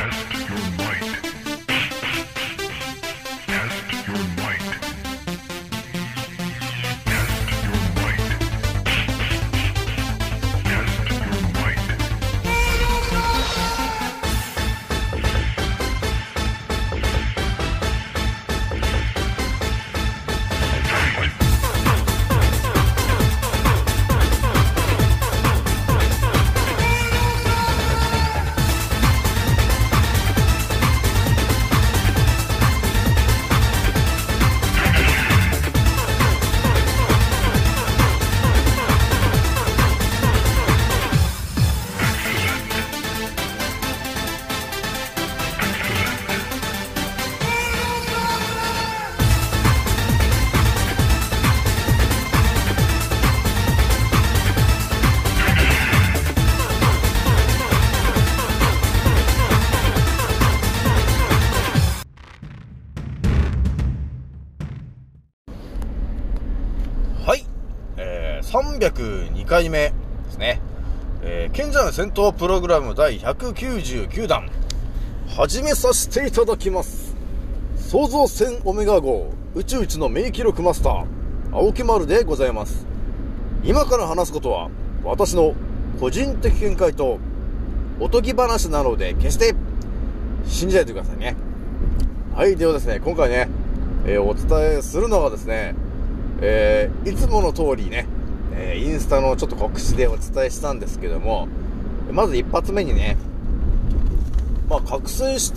302回目ですね。賢者の戦闘プログラム第199弾始めさせていただきます。創造船オメガ号宇宙一の名記録マスター青木丸でございます。今から話すことは私の個人的見解とおとぎ話なので決して信じないでくださいね。はい。ではですね、今回ね、お伝えするのはですね、いつもの通りね、インスタのちょっと告知でお伝えしたんですけども、まず一発目にね、覚醒して、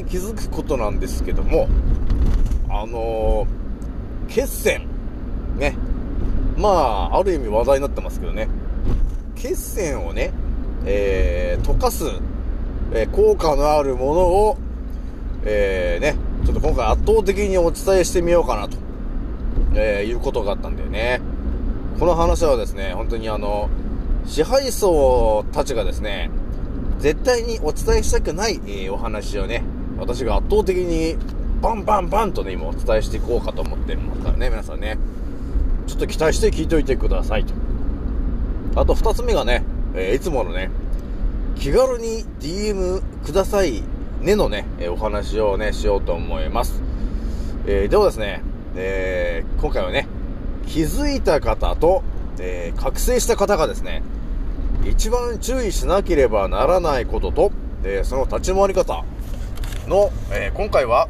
気づくことなんですけども、血栓ね、ある意味話題になってますけどね、血栓をね、溶かす、効果のあるものを、ね、ちょっと今回圧倒的にお伝えしてみようかなと、いうことがあったんだよね。この話はですね、本当に支配層たちがですね、絶対にお伝えしたくない、お話をね、私が圧倒的にバンバンバンとね、今お伝えしていこうかと思ってますからね、皆さんね、ちょっと期待して聞いておいてくださいと。あと二つ目がね、いつものね、気軽に DM くださいねのね、お話をね、しようと思います。ではですね、今回はね、気づいた方と、覚醒した方がですね、一番注意しなければならないことと、その立ち回り方の、今回は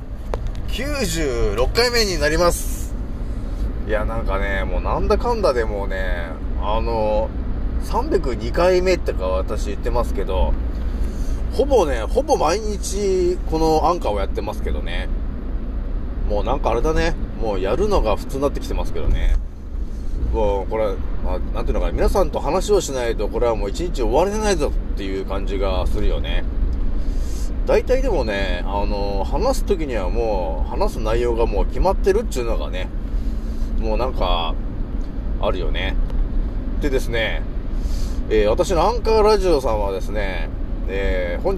96回目になります。いや、なんかね、もうなんだかんだでもうね、302回目ってか私言ってますけど、ほぼ毎日このアンカーをやってますけどね、もうなんかあれだね、もうやるのが普通になってきてますけどね。もうこれ、なんていうのかな、皆さんと話をしないとこれはもう一日終われないぞっていう感じがするよね。大体でもね、話す時にはもう話す内容がもう決まってるっていうのがね、もうなんかあるよね。でですね、私のアンカーラジオさんはですね、本日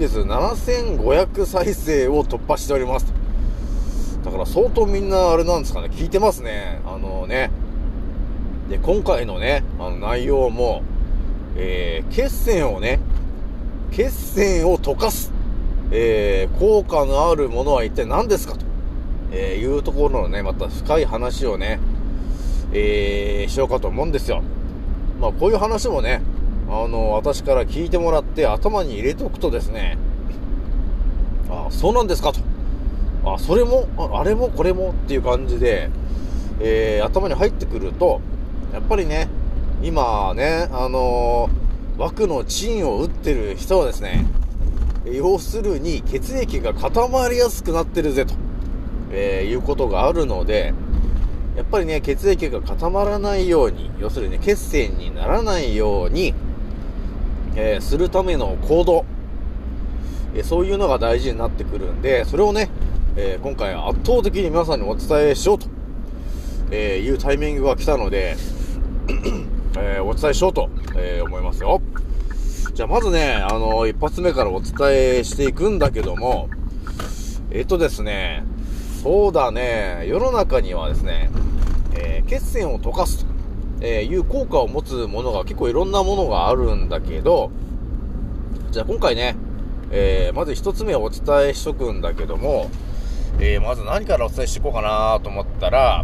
7500再生を突破しております。だから相当みんなあれなんですかね、聞いてますね。で、今回のね、内容も、血栓を溶かす、効果のあるものは一体何ですかと、いうところのね、また深い話をね、しようかと思うんですよ。こういう話もね、私から聞いてもらって頭に入れておくとですね、そうなんですかと。それも、あれもこれもっていう感じで、頭に入ってくると、やっぱりね、今ね、枠のチンを打ってる人はですね、要するに血液が固まりやすくなってるぜと、いうことがあるので、やっぱりね、血液が固まらないように、要するに血栓にならないように、するための行動、そういうのが大事になってくるんで、それをね、今回圧倒的に皆さんにお伝えしようと、いうタイミングが来たので、お伝えしようと、思いますよ。じゃあまずね、一発目からお伝えしていくんだけども、ですね、そうだね、世の中にはですね、血栓を溶かすと、いう効果を持つものが結構いろんなものがあるんだけど、じゃあ今回ね、 まず一つ目お伝えしとくんだけども、まず何からお伝えしていこうかなと思ったら、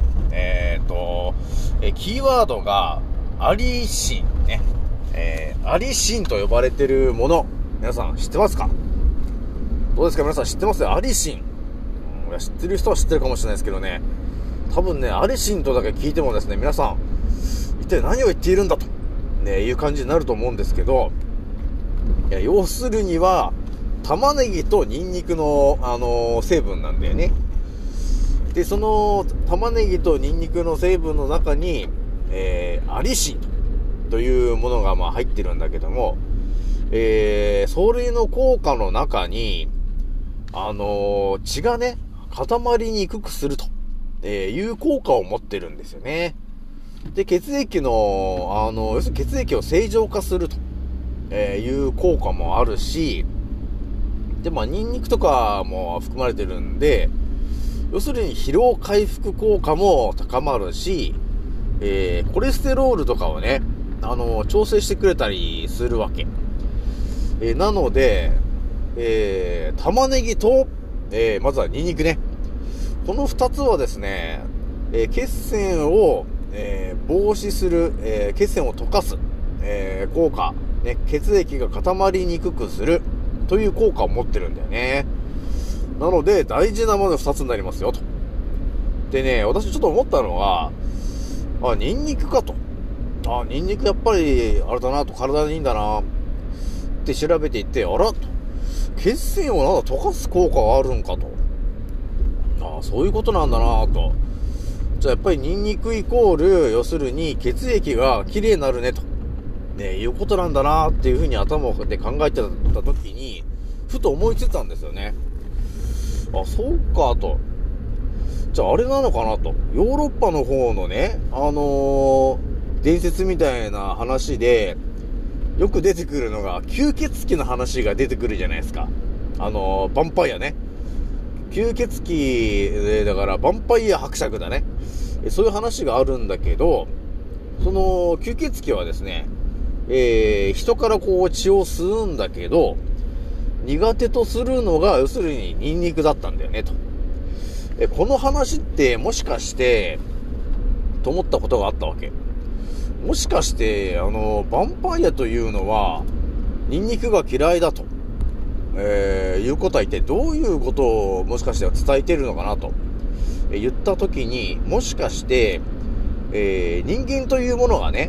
キーワードがアリシンね。アリシンと呼ばれてるもの、皆さん知ってますか？どうですか皆さん知ってますよ？アリシン。知ってる人は知ってるかもしれないですけどね、多分ね、アリシンとだけ聞いてもですね、皆さん、一体何を言っているんだと、ね、いう感じになると思うんですけど、いや、要するには、玉ねぎとニンニクの、成分なんだよね。で、その、玉ねぎとニンニクの成分の中に、アリシンというものがまあ入ってるんだけども、それの効果の中に、血がね、固まりにくくすると、いう効果を持ってるんですよね。で、血液の、要するに血液を正常化すると、いう効果もあるし、で、まあ、ニンニクとかも含まれてるんで、要するに疲労回復効果も高まるし、コレステロールとかをね、調整してくれたりするわけ。なので、玉ねぎと、まずはニンニクね。この二つはですね、血栓を、防止する、血栓を溶かす、効果、ね、血液が固まりにくくするという効果を持ってるんだよね。なので大事なもの二つになりますよと。でね、私ちょっと思ったのは、ニンニクかと。ニンニクやっぱりあれだなと、体にいいんだなって調べていって、あらと、血栓を溶かす効果があるんかと。そういうことなんだなと。じゃあやっぱりニンニクイコール、要するに血液がきれいになるねと、ね、いうことなんだなっていうふうに頭で考えてた時に、ふと思いついたんですよね。そうかと。じゃああれなのかなと。ヨーロッパの方のね、伝説みたいな話で、よく出てくるのが、吸血鬼の話が出てくるじゃないですか。ヴァンパイアね。吸血鬼、だからヴァンパイア伯爵だね。そういう話があるんだけど、その吸血鬼はですね、人からこう血を吸うんだけど、苦手とするのが要するにニンニクだったんだよねと。この話ってもしかしてと思ったことがあったわけ。もしかしてヴァンパイアというのはニンニクが嫌いだと、いうことは一体どういうことをもしかして伝えているのかなと、言ったときに、もしかして、人間というものがね、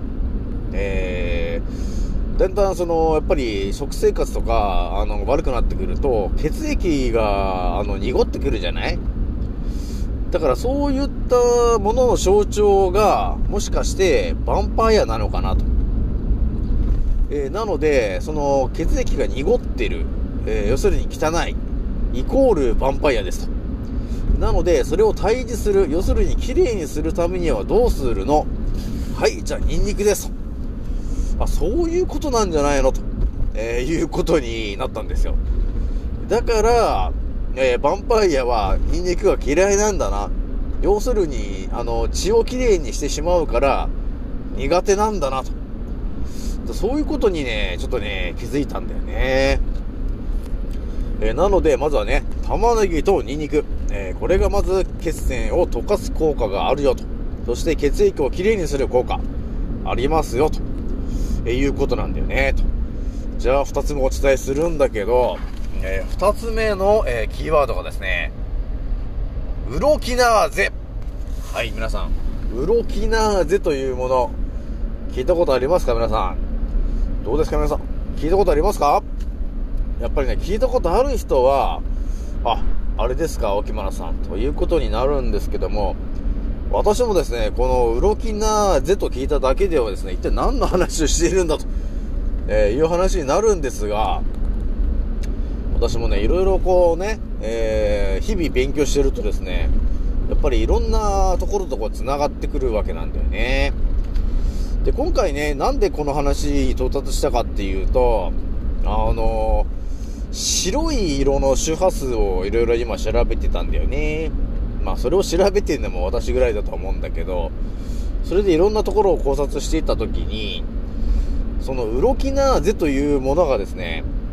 だんだんやっぱり食生活とか悪くなってくると血液が濁ってくるじゃない。だからそういったものの象徴がもしかしてヴァンパイアなのかなと。なのでその血液が濁ってる、要するに汚いイコールヴァンパイアですと。なのでそれを退治する、要するにきれいにするためにはどうするの？はい、じゃあニンニクですと。そういうことなんじゃないのと、いうことになったんですよ。だから、ヴァンパイアはニンニクが嫌いなんだな。要するに血をきれいにしてしまうから苦手なんだなと。そういうことにね、ちょっとね気づいたんだよね。なのでまずはね、玉ねぎとニンニク、これがまず血栓を溶かす効果があるよと。そして血液をきれいにする効果ありますよと、いうことなんだよねと。じゃあ2つ目お伝えするんだけど、2つ目の、キーワードがですね、ウロキナーゼ。はい、皆さん、ウロキナーゼというもの聞いたことありますか？皆さんどうですか？皆さん聞いたことありますか？やっぱりね、聞いたことある人はあれですか、沖村さんということになるんですけども、私もですね、このウロキナーゼと聞いただけではですね、一体何の話をしているんだと、いう話になるんですが、私もね、いろいろこうね、日々勉強してるとですね、やっぱりいろんなところとこう繋がってくるわけなんだよね。で、今回ね、なんでこの話に到達したかっていうと、白い色の周波数をいろいろ今調べてたんだよね。それを調べてるのも私ぐらいだと思うんだけど、それでいろんなところを考察していったときに、そのウロキナーゼというものがですね、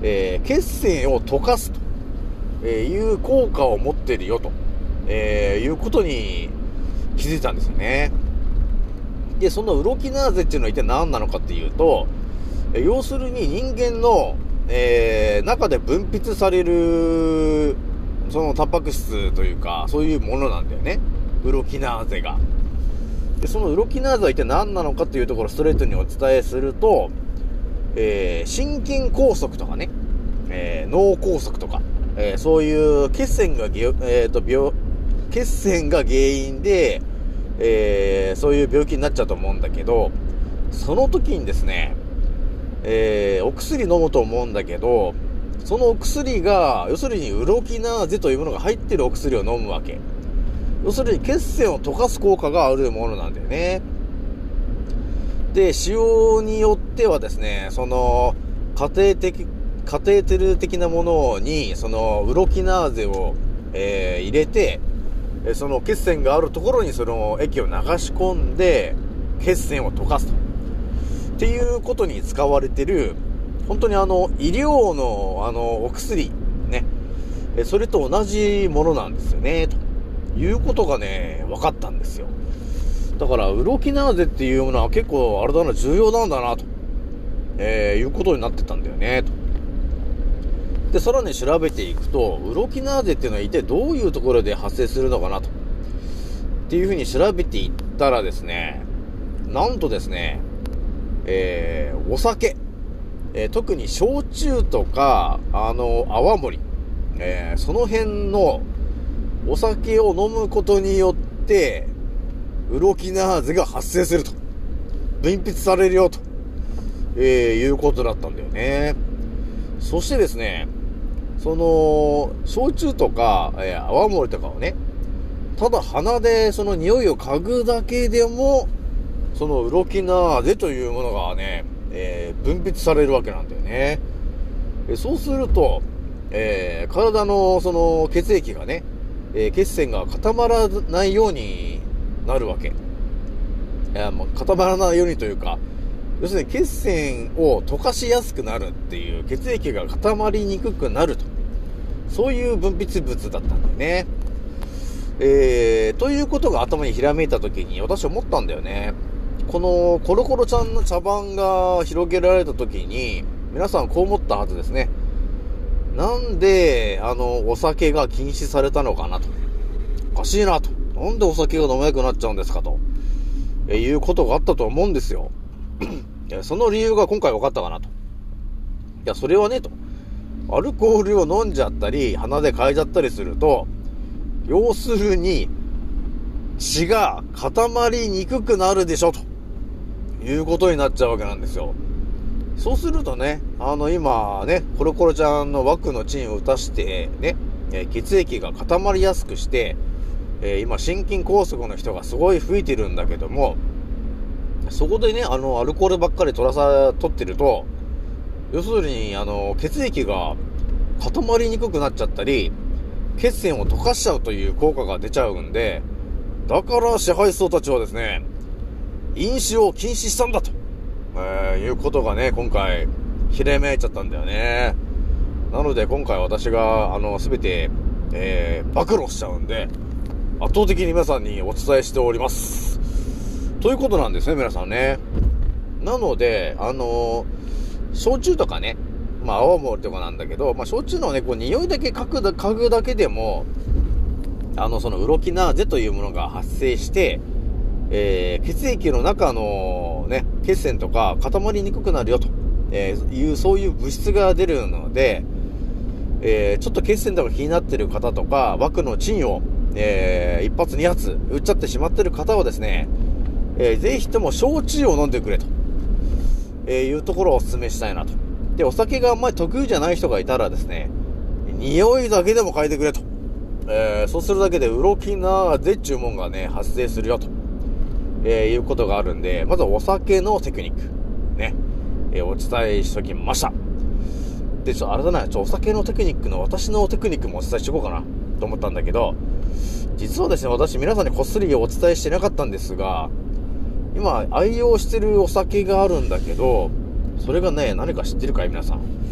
血栓を溶かすという効果を持っているよということに気づいたんですよね。で、そのウロキナーゼっていうのは一体何なのかっていうと、要するに人間の、中で分泌されるそのタンパク質というかそういうものなんだよね、ウロキナーゼが。で、そのウロキナーゼは一体何なのかっていうところをストレートにお伝えすると、心筋梗塞とかね、脳梗塞とか、そういう血栓が血栓が原因で、そういう病気になっちゃうと思うんだけど、その時にですね、お薬飲むと思うんだけど、そのお薬が要するにウロキナーゼというものが入ってるお薬を飲むわけ。要するに血栓を溶かす効果があるものなんだよね。で、使用によってはですね、そのカテーテル的なものにそのウロキナーゼを、入れて、その血栓があるところにその液を流し込んで血栓を溶かすとっていうことに使われてる、本当に医療のお薬ね、それと同じものなんですよねということがね分かったんですよ。だからウロキナーゼっていうものは結構あれだな、重要なんだなと、いうことになってたんだよねと。で、さらに調べていくと、ウロキナーゼっていうのは一体どういうところで発生するのかなとっていうふうに調べていったらですね、なんとですね、お酒、特に焼酎とか泡盛、その辺のお酒を飲むことによってウロキナーゼが発生すると、分泌されるよと、いうことだったんだよね。そしてですね、その焼酎とか、泡盛とかをね、ただ鼻でその匂いを嗅ぐだけでもそのウロキナーゼというものがね、分泌されるわけなんだよね。そうすると、体のその血液がね、血栓が固まらないようになるわけ。固まらないようにというか、要するに血栓を溶かしやすくなるっていう、血液が固まりにくくなると、そういう分泌物だったんだよね。ということが頭にひらめいた時に私思ったんだよね。このコロコロちゃんの茶番が広げられた時に皆さんこう思ったはずですね。なんでお酒が禁止されたのかなと、おかしいなと、なんでお酒が飲めなくなっちゃうんですかと、いうことがあったと思うんですよ。その理由が今回分かったかなと。いや、それはねと、アルコールを飲んじゃったり鼻で嗅いじゃったりすると、要するに血が固まりにくくなるでしょということになっちゃうわけなんですよ。そうするとね、今ね、コロコロちゃんの枠のチンを打たしてね、血液が固まりやすくして、今心筋梗塞の人がすごい増えてるんだけども、そこでね、アルコールばっかり取ってると、要するに血液が固まりにくくなっちゃったり、血栓を溶かしちゃうという効果が出ちゃうんで、だから支配層たちはですね、飲酒を禁止したんだと、いうことがね、今回ひれめいちゃったんだよね。なので今回私が全て、暴露しちゃうんで、圧倒的に皆さんにお伝えしておりますということなんですね、皆さんね。なので焼酎とかね、泡盛とかなんだけど、焼酎のね、こう匂いだけ嗅ぐだけでもそのウロキナーゼというものが発生して、血液の中のね、血栓とか固まりにくくなるよと、そういう物質が出るので、ちょっと血栓とか気になってる方とか、枠のチンを、1発2発打っちゃってしまってる方はですね、ぜひとも焼酎を飲んでくれと、いうところをお勧めしたいなと。で、お酒があんまり得意じゃない人がいたらですね、匂いだけでも嗅いでくれと。そうするだけでウロキナーゼ注文がね、発生するよと、いうことがあるんで、まずはお酒のテクニックね、お伝えしときました。で、あれだな、お酒のテクニックの私のテクニックもお伝えしとこうかなと思ったんだけど、実はですね、私皆さんにこっそりお伝えしてなかったんですが、今愛用してるお酒があるんだけど、それがね、何か知ってるかい皆さん。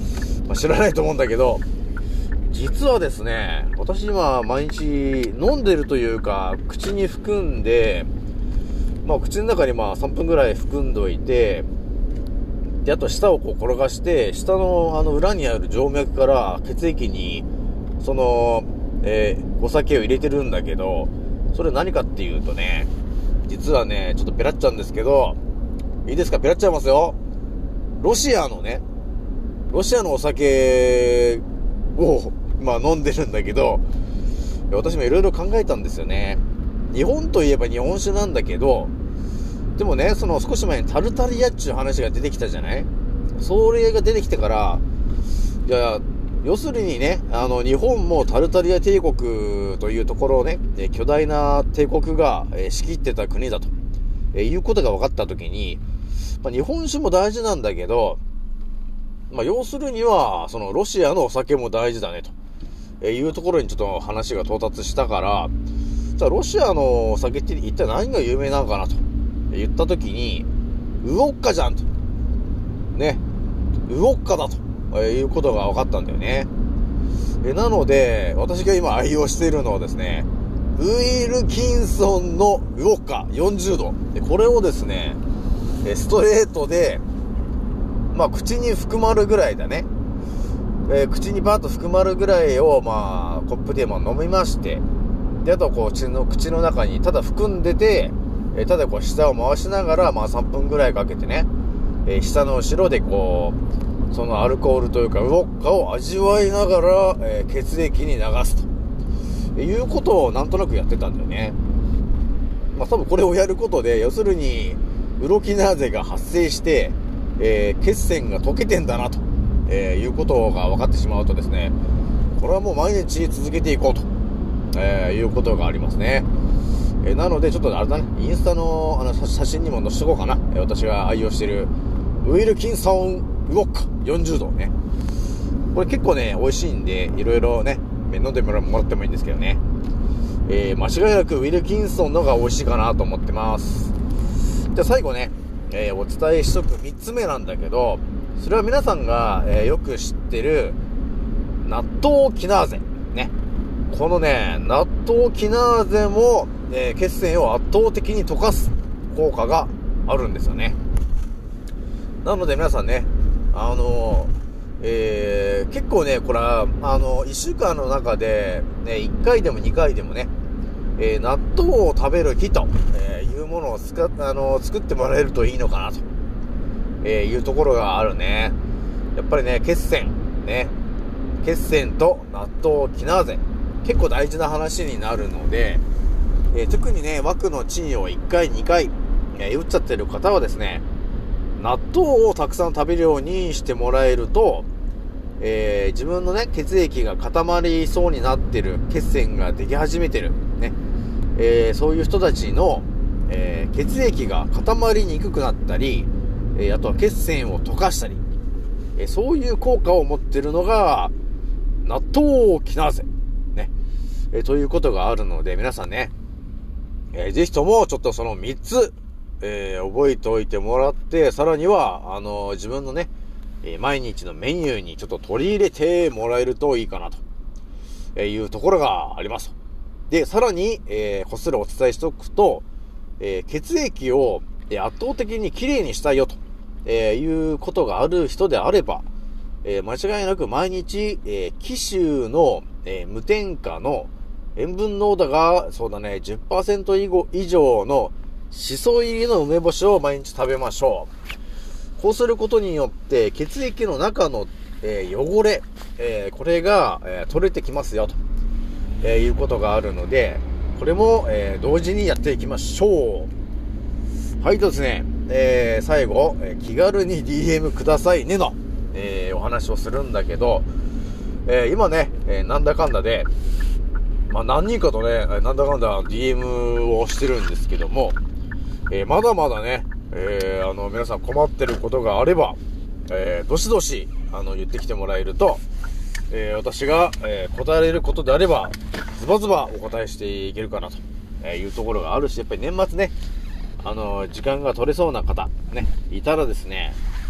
知らないと思うんだけど、実はですね、私今毎日飲んでるというか、口に含んで、口の中に3分ぐらい含んどいて、で、あと舌をこう転がして、舌の裏にある静脈から血液に、お酒を入れてるんだけど、それ何かっていうとね、実はね、ちょっとペラっちゃうんですけど、いいですか、ペラっちゃいますよ。ロシアのお酒を、飲んでるんだけど、私もいろいろ考えたんですよね。日本といえば日本酒なんだけど、でもね、少し前にタルタリアっていう話が出てきたじゃない？それが出てきてから、要するにね、日本もタルタリア帝国というところをね、巨大な帝国が仕切ってた国だと、いうことが分かったときに、日本酒も大事なんだけど、要するには、ロシアのお酒も大事だね、というところにちょっと話が到達したから、じゃあロシアのお酒って一体何が有名なのかなと言ったときに、ウォッカじゃんと。ね。ウォッカだということが分かったんだよね。なので、私が今愛用しているのはですね、ウィルキンソンのウォッカ40度。これをですね、ストレートで、口に含まるぐらいだね。口にバーッと含まるぐらいを、コップで飲みまして、で、あと口の中にただ含んでて、ただ舌を回しながら、3分ぐらいかけてね、舌の後ろでそのアルコールというかウォッカを味わいながら、血液に流すということをなんとなくやってたんだよね。多分これをやることで、要するにウロキナーゼが発生して、血栓が溶けてんだなと、いうことが分かってしまうとですね、これはもう毎日続けていこうと、いうことがありますね。なのでちょっとあれだね、インスタの写真にも載せとこうかな。私が愛用しているウィルキンソンウォッカ40度ね。これ結構ね美味しいんで、いろいろね飲んでもらってもいいんですけどね。間違いなくウィルキンソンのが美味しいかなと思ってます。じゃあ最後ね、お伝えしとく3つ目なんだけど、それは皆さんが、よく知ってる納豆キナーゼね。このね納豆キナーゼも、血栓を圧倒的に溶かす効果があるんですよね。なので皆さんね、結構ね、これは1週間の中で、ね、1回でも2回でもね、納豆を食べる日と、いうものを作ってもらえるといいのかなと、いうところがあるね。やっぱりね、血栓と納豆キナーゼ結構大事な話になるので、特にね枠の賃を1回2回、打っちゃってる方はですね、納豆をたくさん食べるようにしてもらえると、自分のね血液が固まりそうになってる、血栓ができ始めてるね、そういう人たちの、血液が固まりにくくなったり、あとは血栓を溶かしたり、そういう効果を持ってるのが納豆キナーゼね、ということがあるので、皆さんね、ぜひともちょっとその3つ、覚えておいてもらって、さらには自分のね、毎日のメニューにちょっと取り入れてもらえるといいかなというところがあります。で、さらに、こっそりお伝えしておくと、血液を圧倒的にきれいにしたいよと、いうことがある人であれば、間違いなく毎日、紀州の、無添加の塩分濃度がそうだね 10% 以上のシソ入りの梅干しを毎日食べましょう。こうすることによって血液の中の、汚れ、これが、取れてきますよと、いうことがあるので、これも、同時にやっていきましょう。はいとですね、最後、気軽に DM くださいねの、お話をするんだけど、今ね、なんだかんだで何人かとね、なんだかんだ DM をしてるんですけども、まだまだね、皆さん困ってることがあれば、どしどし、言ってきてもらえると、私が、答えられることであれば、ズバズバお答えしていけるかなというところがあるし、やっぱり年末ね、時間が取れそうな方、ね、いたらですね、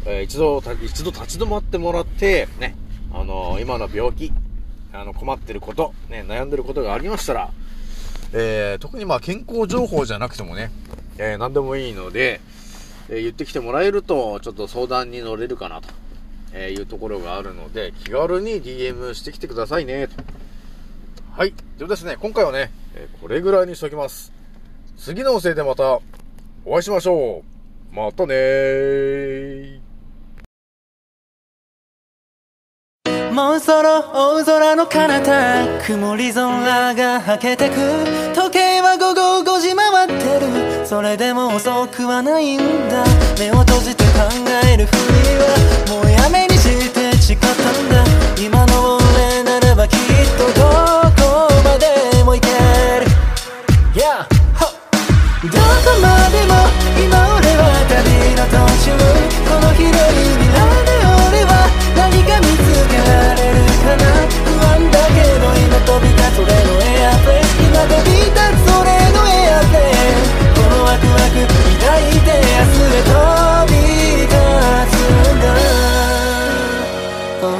一度立ち止まってもらってね、今の病気、困ってること、ね、悩んでることがありましたら、特に健康情報じゃなくてもね、何でもいいので、言ってきてもらえるとちょっと相談に乗れるかなと、いうところがあるので、気軽に DM してきてくださいねと。はい。ではですね、今回はね、これぐらいにしておきます。次の音声でまたお会いしましょう。またねー。 もうそろ大空の彼方、曇り空がはけてく。時計は午後5時回ってる。それでも遅くはないんだ。目を閉じて考えるふりはもうやめにして誓ったんだ。今の俺ならばきっとどこまでも行ける、yeah、どこまでも今俺は旅の途中。この広い未来で俺は何か見つけられるかな。不安だけど今飛び立つ俺のエアプレイ、今飛び立つ俺のエアプレイ。このワクワク抱いて明日へ飛び立つんだ、oh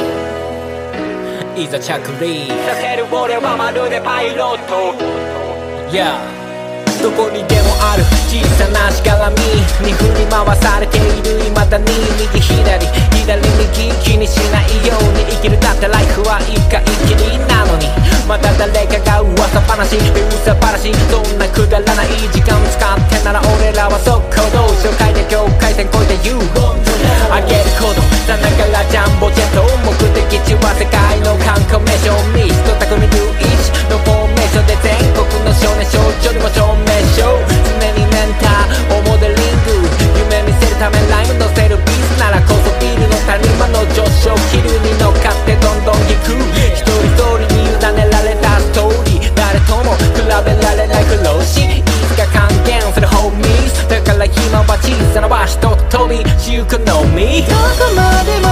yeah、いざ着陸させる俺はまるでパイロット、yeah、どこにでもある小さなしがらみに振り回されている未だに。右左左右気にしないように生きる。だってライフは一回きりなのに、また誰かが噂話噂話、そんなくだらない時間使ってなら俺らは速攻動。紹介で境界線越えて You 上げることさながらジャンボジェット。目的地は世界の観光名所。ミスト匠ルイチのフォーメーションで全国の少年少女にも証明しよう。常にメンターをモデリング、夢見せるためライム乗せるビースならこそビルの谷間の上昇気流に乗っかってどんどん行く。一人一人に委ねられたストーリー、誰とも比べられない苦労し、いつか還元するホーミーズ。だから今は小さな場所と飛びしゆくのみ。どこまでも